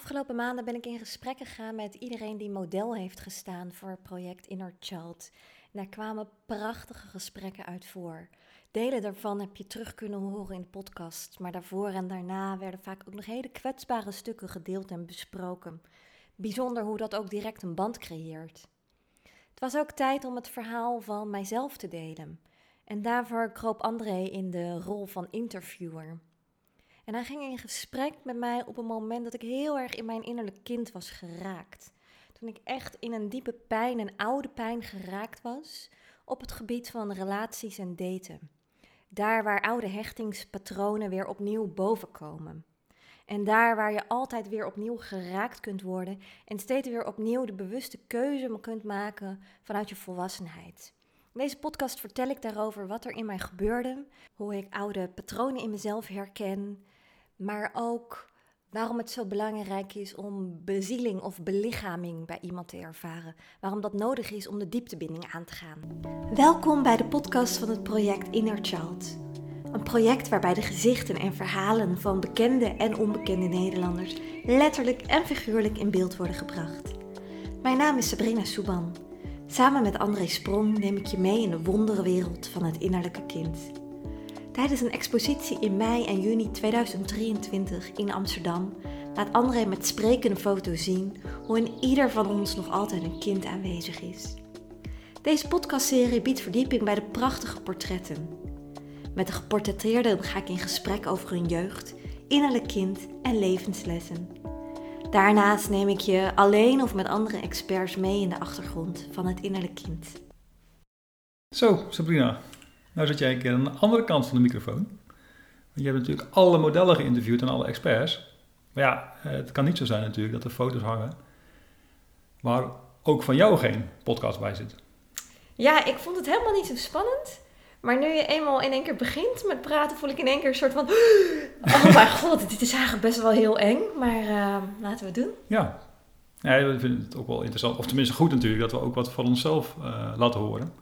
Afgelopen maanden ben ik in gesprek gegaan met iedereen die model heeft gestaan voor het project Inner Child. En daar kwamen prachtige gesprekken uit voor. Delen daarvan heb je terug kunnen horen in de podcast, maar daarvoor en daarna werden vaak ook nog hele kwetsbare stukken gedeeld en besproken. Bijzonder hoe dat ook direct een band creëert. Het was ook tijd om het verhaal van mijzelf te delen. En daarvoor kroop André in de rol van interviewer. En hij ging in gesprek met mij op een moment dat ik heel erg in mijn innerlijk kind was geraakt. Toen ik echt in een diepe pijn, een oude pijn geraakt was op het gebied van relaties en daten. Daar waar oude hechtingspatronen weer opnieuw bovenkomen. En daar waar je altijd weer opnieuw geraakt kunt worden en steeds weer opnieuw de bewuste keuze kunt maken vanuit je volwassenheid. In deze podcast vertel ik daarover wat er in mij gebeurde, hoe ik oude patronen in mezelf herken, maar ook waarom het zo belangrijk is om bezieling of belichaming bij iemand te ervaren. Waarom dat nodig is om de dieptebinding aan te gaan. Welkom bij de podcast van het project Inner Child. Een project waarbij de gezichten en verhalen van bekende en onbekende Nederlanders letterlijk en figuurlijk in beeld worden gebracht. Mijn naam is Sabrina Souban. Samen met André Sprong neem ik je mee in de wonderenwereld van het innerlijke kind. Tijdens een expositie in mei en juni 2023 in Amsterdam laat André met sprekende foto's zien hoe in ieder van ons nog altijd een kind aanwezig is. Deze podcastserie biedt verdieping bij de prachtige portretten. Met de geportretteerden ga ik in gesprek over hun jeugd, innerlijk kind en levenslessen. Daarnaast neem ik je alleen of met andere experts mee in de achtergrond van het innerlijk kind. Zo, Sabrina. Nou zit jij een keer aan de andere kant van de microfoon. Want je hebt natuurlijk alle modellen geïnterviewd en alle experts. Maar ja, het kan niet zo zijn natuurlijk dat er foto's hangen waar ook van jou geen podcast bij zit. Ja, ik vond het helemaal niet zo spannend. Maar nu je eenmaal in één keer begint met praten, voel ik in één keer een soort van... Oh mijn god, dit is eigenlijk best wel heel eng. Maar laten we het doen. Ja, we vinden het ook wel interessant. Of tenminste goed natuurlijk, dat we ook wat van onszelf laten horen.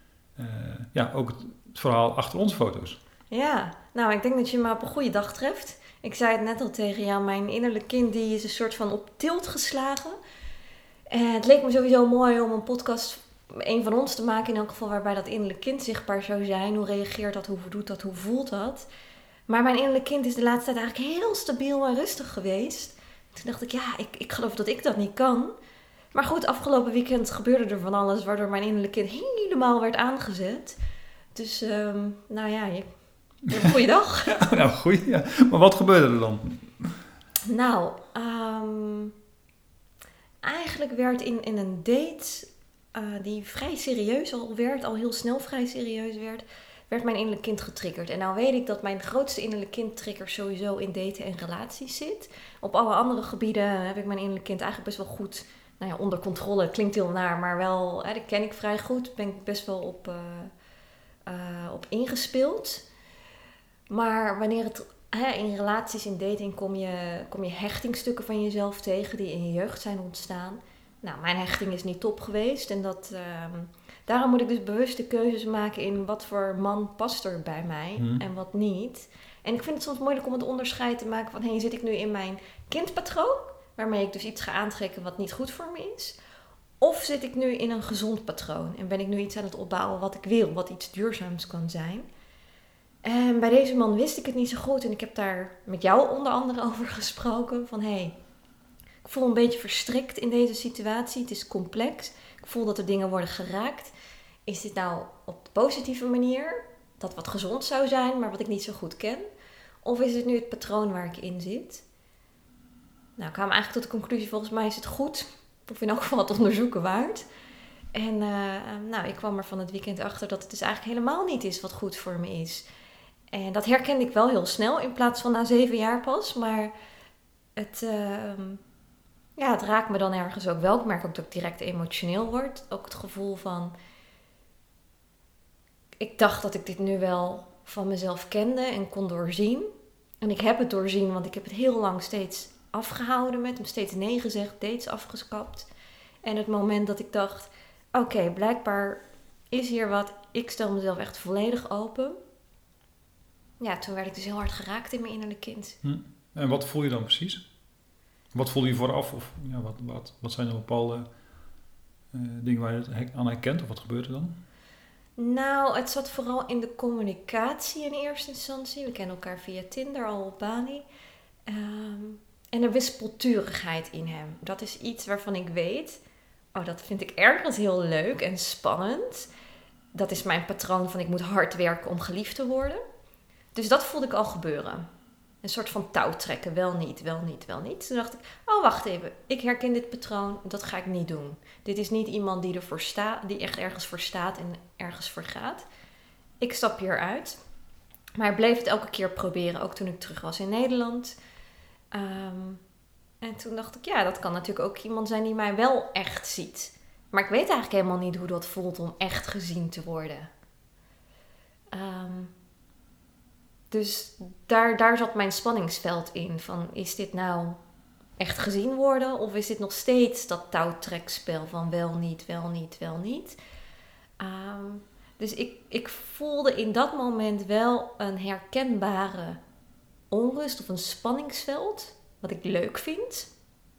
Ook het verhaal achter onze foto's. Ja, nou ik denk dat je me op een goede dag treft. Ik zei het net al tegen jou, mijn innerlijk kind die is een soort van op tilt geslagen. En het leek me sowieso mooi om een podcast, een van ons te maken in elk geval, waarbij dat innerlijk kind zichtbaar zou zijn. Hoe reageert dat, hoe doet dat, hoe voelt dat? Maar mijn innerlijk kind is de laatste tijd eigenlijk heel stabiel en rustig geweest. Toen dacht ik, ja, ik geloof dat ik dat niet kan. Maar goed, afgelopen weekend gebeurde er van alles, waardoor mijn innerlijk kind helemaal werd aangezet. Dus, nou ja, een goede dag. Ja, nou, goed. Ja. Maar wat gebeurde er dan? Nou, eigenlijk werd in een date die vrij serieus al werd, al heel snel vrij serieus werd mijn innerlijk kind getriggerd. En nou weet ik dat mijn grootste innerlijk kind trigger sowieso in daten en relaties zit. Op alle andere gebieden heb ik mijn innerlijk kind eigenlijk best wel goed onder controle. Klinkt heel naar, maar wel, dat ken ik vrij goed. Ben ik best wel op ingespeeld. Maar wanneer het in relaties, in dating kom je hechtingstukken van jezelf tegen die in je jeugd zijn ontstaan. Nou, mijn hechting is niet top geweest en daarom moet ik dus bewuste keuzes maken in wat voor man past er bij mij en wat niet. En ik vind het soms moeilijk om het onderscheid te maken van, zit ik nu in mijn kindpatroon, waarmee ik dus iets ga aantrekken wat niet goed voor me is? Of zit ik nu in een gezond patroon en ben ik nu iets aan het opbouwen wat ik wil, wat iets duurzaams kan zijn? En bij deze man wist ik het niet zo goed en ik heb daar met jou onder andere over gesproken van ik voel een beetje verstrikt in deze situatie, het is complex, ik voel dat er dingen worden geraakt. Is dit nou op de positieve manier, dat wat gezond zou zijn, maar wat ik niet zo goed ken? Of is het nu het patroon waar ik in zit? Nou, ik kwam eigenlijk tot de conclusie, volgens mij is het goed, of in elk geval het onderzoeken waard. En ik kwam er van het weekend achter dat het dus eigenlijk helemaal niet is wat goed voor me is. En dat herkende ik wel heel snel, in plaats van na 7 jaar pas. Maar het raakt me dan ergens ook wel. Ik merk ook dat ik direct emotioneel word. Ook het gevoel van, ik dacht dat ik dit nu wel van mezelf kende en kon doorzien. En ik heb het doorzien, want ik heb het heel lang steeds afgehouden met hem. Steeds nee gezegd, dates afgekapt. En het moment dat ik dacht, oké, blijkbaar is hier wat. Ik stel mezelf echt volledig open. Ja, toen werd ik dus heel hard geraakt in mijn innerlijk kind. En wat voel je dan precies? Wat voelde je vooraf? Of ja, wat zijn er bepaalde dingen waar je het aan herkent? Of wat gebeurt er dan? Nou, het zat vooral in de communicatie in eerste instantie. We kennen elkaar via Tinder al op Bali. Ehm, en de wispelturigheid in hem. Dat is iets waarvan ik weet... Oh, dat vind ik ergens heel leuk en spannend. Dat is mijn patroon van ik moet hard werken om geliefd te worden. Dus dat voelde ik al gebeuren. Een soort van touwtrekken. Wel niet, wel niet, wel niet. Toen dacht ik, oh wacht even. Ik herken dit patroon. Dat ga ik niet doen. Dit is niet iemand die ervoor staat, die echt ergens voor staat en ergens voor gaat. Ik stap hieruit. Maar ik bleef het elke keer proberen. Ook toen ik terug was in Nederland. En toen dacht ik, ja, dat kan natuurlijk ook iemand zijn die mij wel echt ziet. Maar ik weet eigenlijk helemaal niet hoe dat voelt om echt gezien te worden. Dus daar zat mijn spanningsveld in. Van, is dit nou echt gezien worden? Of is dit nog steeds dat touwtrekspel van wel niet, wel niet, wel niet? Dus ik voelde in dat moment wel een herkenbare onrust of een spanningsveld. Wat ik leuk vind.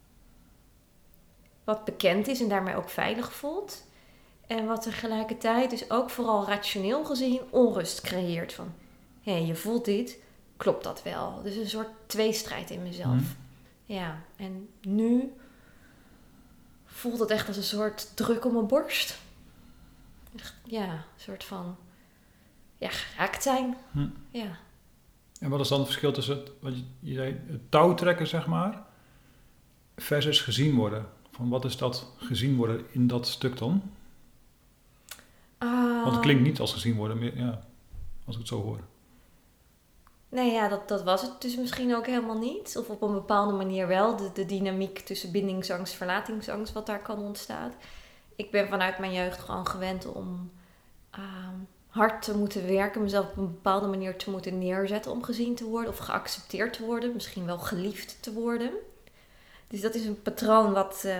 Wat bekend is en daarmee ook veilig voelt. En wat tegelijkertijd dus ook vooral rationeel gezien onrust creëert. Van, hé, je voelt dit, klopt dat wel? Dus een soort tweestrijd in mezelf. Ja, en nu voelt het echt als een soort druk op mijn borst. Echt, ja, een soort van, ja, geraakt zijn. Ja. En wat is dan het verschil tussen wat je zei, het touwtrekken, zeg maar, versus gezien worden? Van wat is dat gezien worden in dat stuk dan? Want het klinkt niet als gezien worden, meer, ja, als ik het zo hoor. Nee, ja, dat was het dus misschien ook helemaal niet. Of op een bepaalde manier wel. De dynamiek tussen bindingsangst, verlatingsangst, wat daar kan ontstaan. Ik ben vanuit mijn jeugd gewoon gewend om hard te moeten werken. Mezelf op een bepaalde manier te moeten neerzetten om gezien te worden. Of geaccepteerd te worden. Misschien wel geliefd te worden. Dus dat is een patroon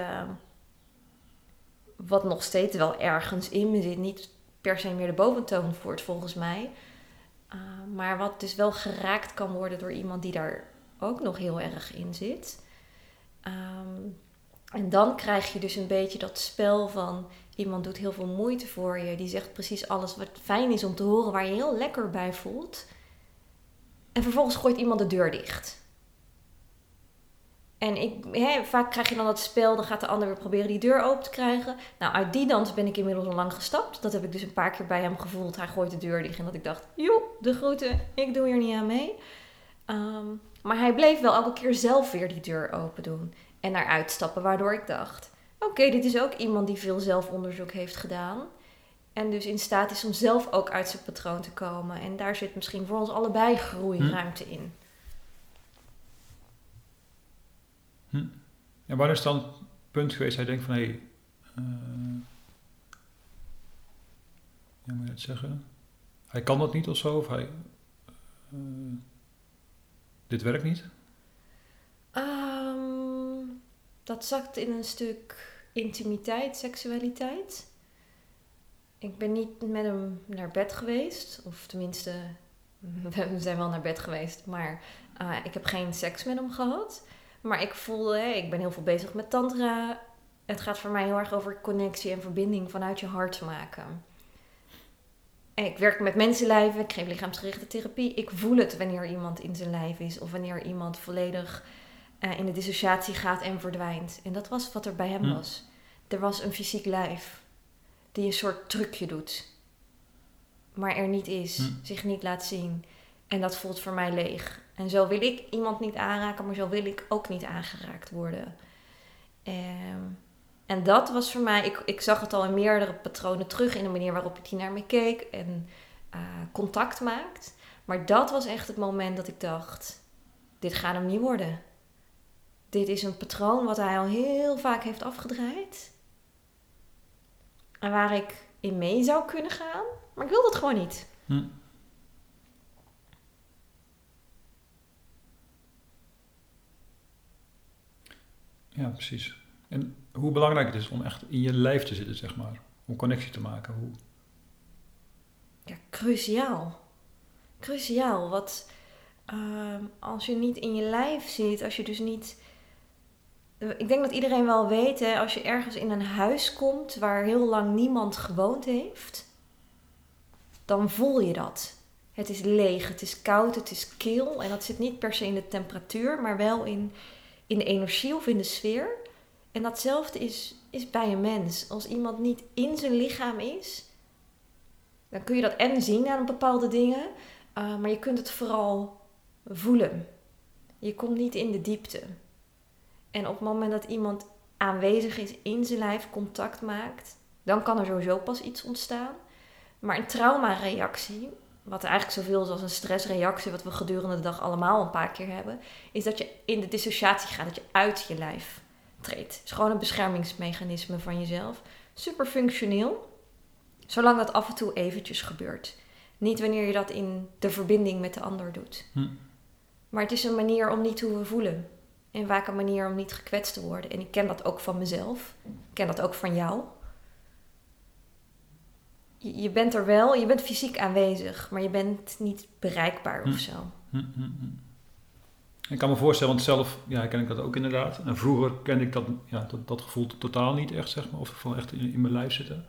wat nog steeds wel ergens in me zit. Niet per se meer de boventoon voert volgens mij. Maar wat dus wel geraakt kan worden door iemand die daar ook nog heel erg in zit. En dan krijg je dus een beetje dat spel van iemand doet heel veel moeite voor je. Die zegt precies alles wat fijn is om te horen, waar je heel lekker bij voelt. En vervolgens gooit iemand de deur dicht. En vaak krijg je dan dat spel, dan gaat de ander weer proberen die deur open te krijgen. Nou, uit die dans ben ik inmiddels al lang gestapt. Dat heb ik dus een paar keer bij hem gevoeld. Hij gooit de deur dicht en dat ik dacht, joe, de groeten, ik doe hier niet aan mee. Maar hij bleef wel elke keer zelf weer die deur open doen en naar uitstappen. Waardoor ik dacht, oké, dit is ook iemand die veel zelfonderzoek heeft gedaan. En dus in staat is om zelf ook uit zijn patroon te komen. En daar zit misschien voor ons allebei groeiruimte in. En waar is dan het punt geweest dat hij denkt van, hé, hoe moet je het zeggen? Hij kan dat niet of zo? Of hij, dit werkt niet? Dat zakt in een stuk intimiteit, seksualiteit. Ik ben niet met hem naar bed geweest. Of tenminste, we zijn wel naar bed geweest. Maar ik heb geen seks met hem gehad. Maar ik voelde, ik ben heel veel bezig met tantra. Het gaat voor mij heel erg over connectie en verbinding vanuit je hart maken. En ik werk met mensenlijven, ik geef lichaamsgerichte therapie. Ik voel het wanneer iemand in zijn lijf is. Of wanneer iemand volledig in de dissociatie gaat en verdwijnt. En dat was wat er bij hem was. Er was een fysiek lijf die een soort trucje doet. Maar er niet is, zich niet laat zien. En dat voelt voor mij leeg. En zo wil ik iemand niet aanraken, maar zo wil ik ook niet aangeraakt worden. En dat was voor mij, ik zag het al in meerdere patronen terug in de manier waarop hij naar me keek en contact maakt. Maar dat was echt het moment dat ik dacht, dit gaat hem niet worden. Dit is een patroon wat hij al heel vaak heeft afgedraaid. En waar ik in mee zou kunnen gaan, maar ik wil dat gewoon niet. Ja, precies. En hoe belangrijk het is om echt in je lijf te zitten, zeg maar. Om connectie te maken. Hoe? Ja, cruciaal. Cruciaal. Wat als je niet in je lijf zit, als je dus niet Ik denk dat iedereen wel weet, hè, als je ergens in een huis komt waar heel lang niemand gewoond heeft, dan voel je dat. Het is leeg, het is koud, het is kil. En dat zit niet per se in de temperatuur, maar wel in de energie of in de sfeer. En datzelfde is bij een mens. Als iemand niet in zijn lichaam is, dan kun je dat en zien aan bepaalde dingen, maar je kunt het vooral voelen. Je komt niet in de diepte. En op het moment dat iemand aanwezig is in zijn lijf, contact maakt, dan kan er sowieso pas iets ontstaan. Maar een traumareactie, wat eigenlijk zoveel is als een stressreactie, wat we gedurende de dag allemaal een paar keer hebben, is dat je in de dissociatie gaat, dat je uit je lijf treedt. Het is gewoon een beschermingsmechanisme van jezelf. Super functioneel, zolang dat af en toe eventjes gebeurt. Niet wanneer je dat in de verbinding met de ander doet. Maar het is een manier om niet te hoeven voelen. En vaak een manier om niet gekwetst te worden. En ik ken dat ook van mezelf. Ik ken dat ook van jou. Je bent er wel, je bent fysiek aanwezig, maar je bent niet bereikbaar of zo. Ik kan me voorstellen, want zelf ken ik dat ook inderdaad. En vroeger kende ik dat gevoel totaal niet echt, zeg maar. Of van echt in mijn lijf zitten.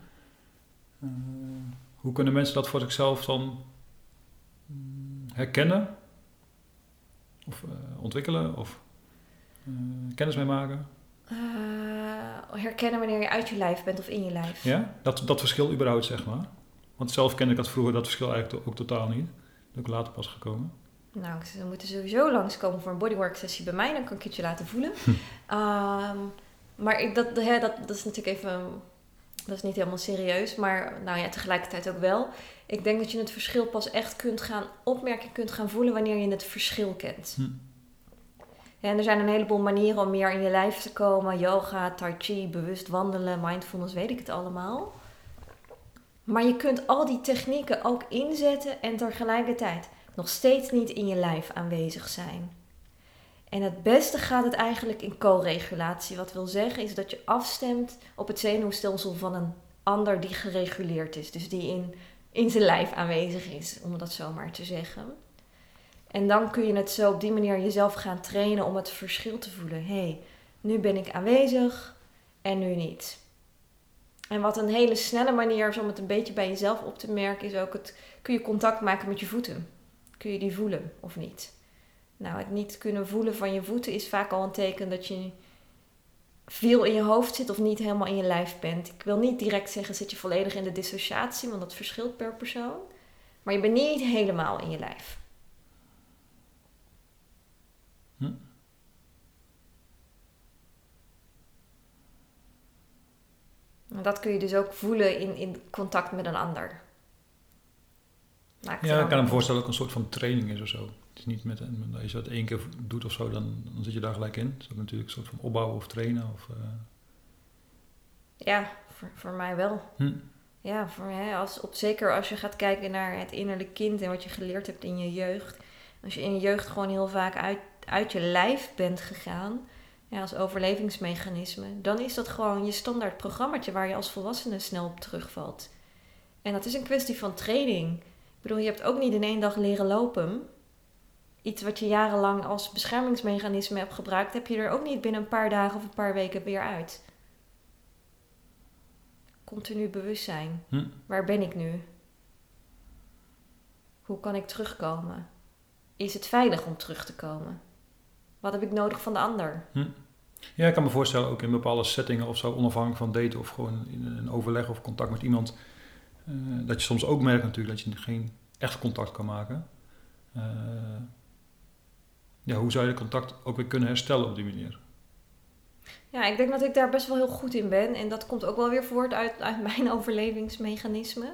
Hoe kunnen mensen dat voor zichzelf dan herkennen? Of ontwikkelen? Of kennis mee maken? Herkennen wanneer je uit je lijf bent of in je lijf. Ja? Dat verschil überhaupt, zeg maar. Want zelf kende ik dat vroeger, dat verschil eigenlijk ook totaal niet. Dat is ook later pas gekomen. Nou, ze moeten sowieso langskomen voor een bodywork sessie bij mij. Dan kan ik het je laten voelen. Maar dat is natuurlijk even... Dat is niet helemaal serieus. Maar tegelijkertijd ook wel. Ik denk dat je het verschil pas echt kunt gaan opmerken, kunt gaan voelen wanneer je het verschil kent. Ja, en er zijn een heleboel manieren om meer in je lijf te komen. Yoga, tai chi, bewust wandelen, mindfulness, weet ik het allemaal. Maar je kunt al die technieken ook inzetten en tegelijkertijd nog steeds niet in je lijf aanwezig zijn. En het beste gaat het eigenlijk in co-regulatie. Wat wil zeggen is dat je afstemt op het zenuwstelsel van een ander die gereguleerd is. Dus die in zijn lijf aanwezig is, om dat zo maar te zeggen. En dan kun je het zo op die manier jezelf gaan trainen om het verschil te voelen. Hé, nu ben ik aanwezig en nu niet. En wat een hele snelle manier is om het een beetje bij jezelf op te merken, is ook kun je contact maken met je voeten. Kun je die voelen of niet? Nou, het niet kunnen voelen van je voeten is vaak al een teken dat je veel in je hoofd zit of niet helemaal in je lijf bent. Ik wil niet direct zeggen, zit je volledig in de dissociatie, want dat verschilt per persoon. Maar je bent niet helemaal in je lijf. En dat kun je dus ook voelen in contact met een ander. Ik kan me voorstellen dat het een soort van training is of zo. Het is niet als je dat 1 keer doet of zo, dan zit je daar gelijk in. Het is ook natuurlijk een soort van opbouwen of trainen. Ja, voor mij wel. Ja, zeker als je gaat kijken naar het innerlijke kind en wat je geleerd hebt in je jeugd. Als je in je jeugd gewoon heel vaak uit je lijf bent gegaan, als overlevingsmechanisme, dan is dat gewoon je standaard programmaatje waar je als volwassene snel op terugvalt. En dat is een kwestie van training. Ik bedoel, je hebt ook niet in 1 dag leren lopen. Iets wat je jarenlang als beschermingsmechanisme hebt gebruikt, heb je er ook niet binnen een paar dagen of een paar weken weer uit. Continu bewustzijn. Waar ben ik nu? Hoe kan ik terugkomen? Is het veilig om terug te komen? Wat heb ik nodig van de ander? Ja, ik kan me voorstellen, ook in bepaalde settingen of zo, onafhankelijk van daten of gewoon in een overleg of contact met iemand, dat je soms ook merkt natuurlijk dat je geen echt contact kan maken. Hoe zou je de contact ook weer kunnen herstellen op die manier? Ja, ik denk dat ik daar best wel heel goed in ben. En dat komt ook wel weer voort uit mijn overlevingsmechanisme.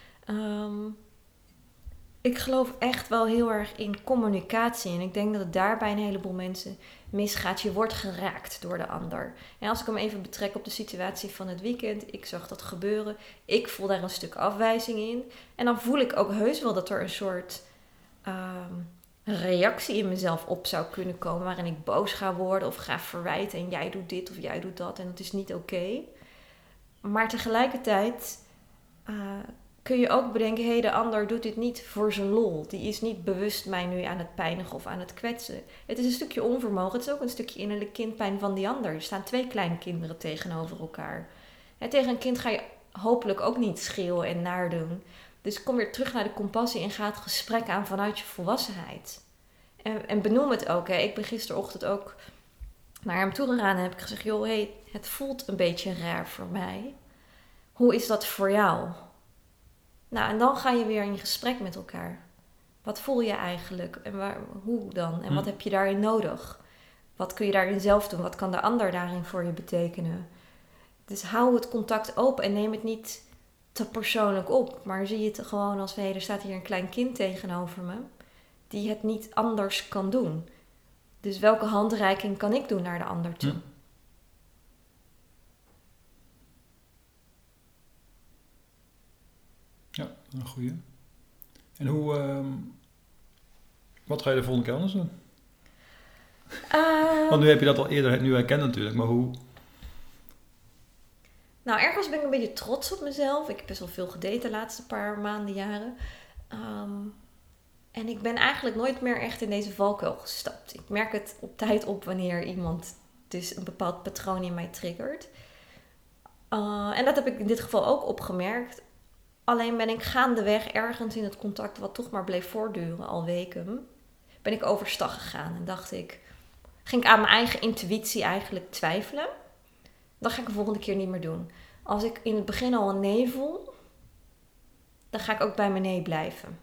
Ik geloof echt wel heel erg in communicatie. En ik denk dat het daar bij een heleboel mensen misgaat. Je wordt geraakt door de ander. En als ik hem even betrek op de situatie van het weekend. Ik zag dat gebeuren. Ik voel daar een stuk afwijzing in. En dan voel ik ook heus wel dat er een soort reactie in mezelf op zou kunnen komen. Waarin ik boos ga worden of ga verwijten. En jij doet dit of jij doet dat. En dat is niet oké. Maar tegelijkertijd kun je ook bedenken, de ander doet dit niet voor zijn lol. Die is niet bewust mij nu aan het pijnigen of aan het kwetsen. Het is een stukje onvermogen. Het is ook een stukje innerlijk kindpijn van die ander. Er staan 2 kleine kinderen tegenover elkaar. Tegen een kind ga je hopelijk ook niet schreeuwen en naardoen. Dus kom weer terug naar de compassie en ga het gesprek aan vanuit je volwassenheid. En benoem het ook. Ik ben gisterochtend ook naar hem toe gegaan en heb ik gezegd, joh, het voelt een beetje raar voor mij. Hoe is dat voor jou? Nou, en dan ga je weer in gesprek met elkaar. Wat voel je eigenlijk? En hoe dan? En wat heb je daarin nodig? Wat kun je daarin zelf doen? Wat kan de ander daarin voor je betekenen? Dus hou het contact open en neem het niet te persoonlijk op. Maar zie het gewoon als, er staat hier een klein kind tegenover me. Die het niet anders kan doen. Dus welke handreiking kan ik doen naar de ander toe? Ja, een goeie. En wat ga je de volgende keer anders doen? Want nu heb je dat al eerder nu herkend natuurlijk, maar hoe? Nou, ergens ben ik een beetje trots op mezelf. Ik heb best wel veel gedate de laatste paar maanden, jaren. En ik ben eigenlijk nooit meer echt in deze valkuil gestapt. Ik merk het op tijd op wanneer iemand dus een bepaald patroon in mij triggert. En dat heb ik in dit geval ook opgemerkt. Alleen ben ik gaandeweg ergens in het contact, wat toch maar bleef voortduren, al weken, ben ik overstag gegaan. En ging ik aan mijn eigen intuïtie eigenlijk twijfelen. Dat ga ik de volgende keer niet meer doen. Als ik in het begin al een nee voel, dan ga ik ook bij mijn nee blijven.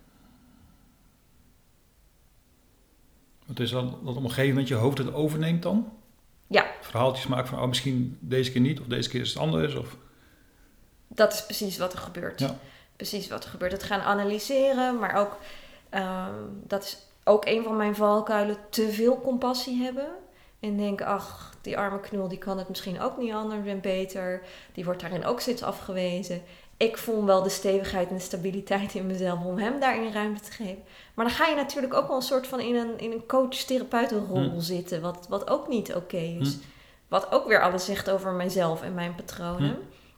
Wat is dan dat op een gegeven moment je hoofd het overneemt dan? Ja. Verhaaltjes maken van, misschien deze keer niet, of deze keer is het anders, of... Dat is precies wat er gebeurt. Ja. Precies wat er gebeurt. Het gaan analyseren, maar ook... dat is ook een van mijn valkuilen. Te veel compassie hebben. En denken, ach, die arme knul, die kan het misschien ook niet anders en beter. Die wordt daarin ook steeds afgewezen. Ik voel wel de stevigheid en de stabiliteit in mezelf om hem daarin ruimte te geven. Maar dan ga je natuurlijk ook wel een soort van in een coach-therapeutenrol zitten. Wat ook niet oké is. Wat ook weer alles zegt over mijzelf en mijn patronen.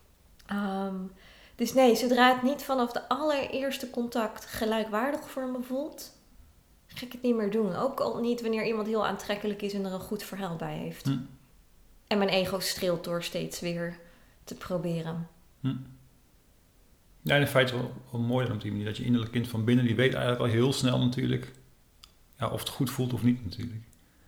Dus nee, zodra het niet vanaf de allereerste contact gelijkwaardig voor me voelt, ga ik het niet meer doen. Ook al niet wanneer iemand heel aantrekkelijk is en er een goed verhaal bij heeft. En mijn ego streelt door steeds weer te proberen. Ja, in feite wel mooi op die manier. Dat je innerlijk kind van binnen, die weet eigenlijk al heel snel natuurlijk of het goed voelt of niet natuurlijk.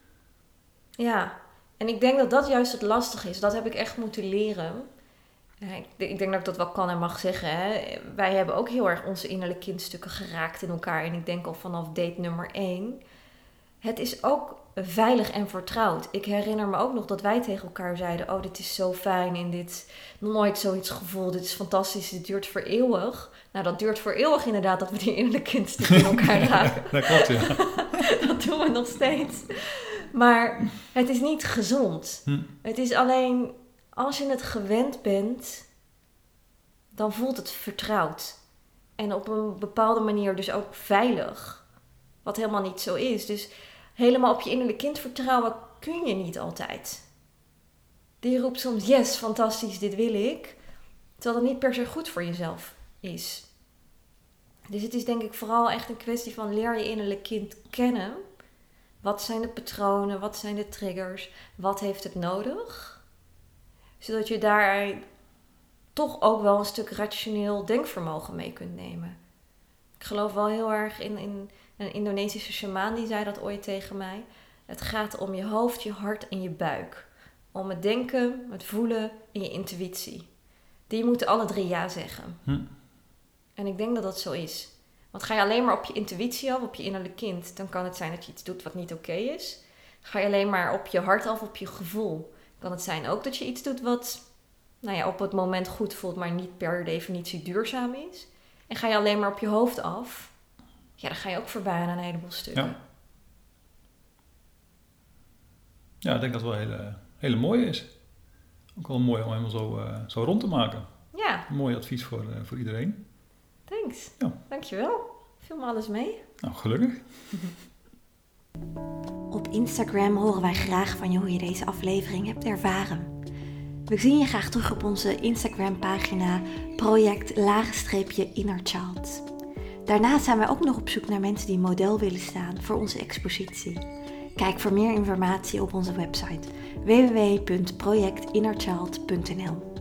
Ja, en ik denk dat dat juist het lastige is. Dat heb ik echt moeten leren. Ik denk dat ik dat wel kan en mag zeggen. Hè. Wij hebben ook heel erg onze innerlijke kindstukken geraakt in elkaar. En ik denk al vanaf date nummer 1. Het is ook veilig en vertrouwd. Ik herinner me ook nog dat wij tegen elkaar zeiden, oh, dit is zo fijn en dit nog nooit zoiets gevoeld. Dit is fantastisch, dit duurt voor eeuwig. Nou, dat duurt voor eeuwig inderdaad, dat we die innerlijke kindstukken in elkaar raken. Dat klopt, ja. Dat doen we nog steeds. Maar het is niet gezond. Het is alleen, als je het gewend bent, dan voelt het vertrouwd. En op een bepaalde manier dus ook veilig. Wat helemaal niet zo is. Dus helemaal op je innerlijk kind vertrouwen kun je niet altijd. Die roept soms, yes, fantastisch, dit wil ik. Terwijl dat niet per se goed voor jezelf is. Dus het is denk ik vooral echt een kwestie van leer je innerlijk kind kennen. Wat zijn de patronen, wat zijn de triggers, wat heeft het nodig? Zodat je daar toch ook wel een stuk rationeel denkvermogen mee kunt nemen. Ik geloof wel heel erg in een Indonesische shamaan, die zei dat ooit tegen mij. Het gaat om je hoofd, je hart en je buik. Om het denken, het voelen en je intuïtie. Die moeten alle 3 ja zeggen. En ik denk dat dat zo is. Want ga je alleen maar op je intuïtie af, op je innerlijk kind, dan kan het zijn dat je iets doet wat niet oké is. Ga je alleen maar op je hart af, op je gevoel, kan het zijn ook dat je iets doet wat op het moment goed voelt, maar niet per definitie duurzaam is. En ga je alleen maar op je hoofd af, ja, dan ga je ook voorbij aan een heleboel stukken. Ja, ik denk dat het wel een hele mooie is. Ook wel mooi om helemaal zo rond te maken. Ja. Een mooi advies voor iedereen. Thanks. Ja. Dankjewel. Viel me alles mee. Nou, gelukkig. Op Instagram horen wij graag van je hoe je deze aflevering hebt ervaren. We zien je graag terug op onze Instagram pagina project_innerchild. Daarnaast zijn wij ook nog op zoek naar mensen die model willen staan voor onze expositie. Kijk voor meer informatie op onze website www.projectinnerchild.nl.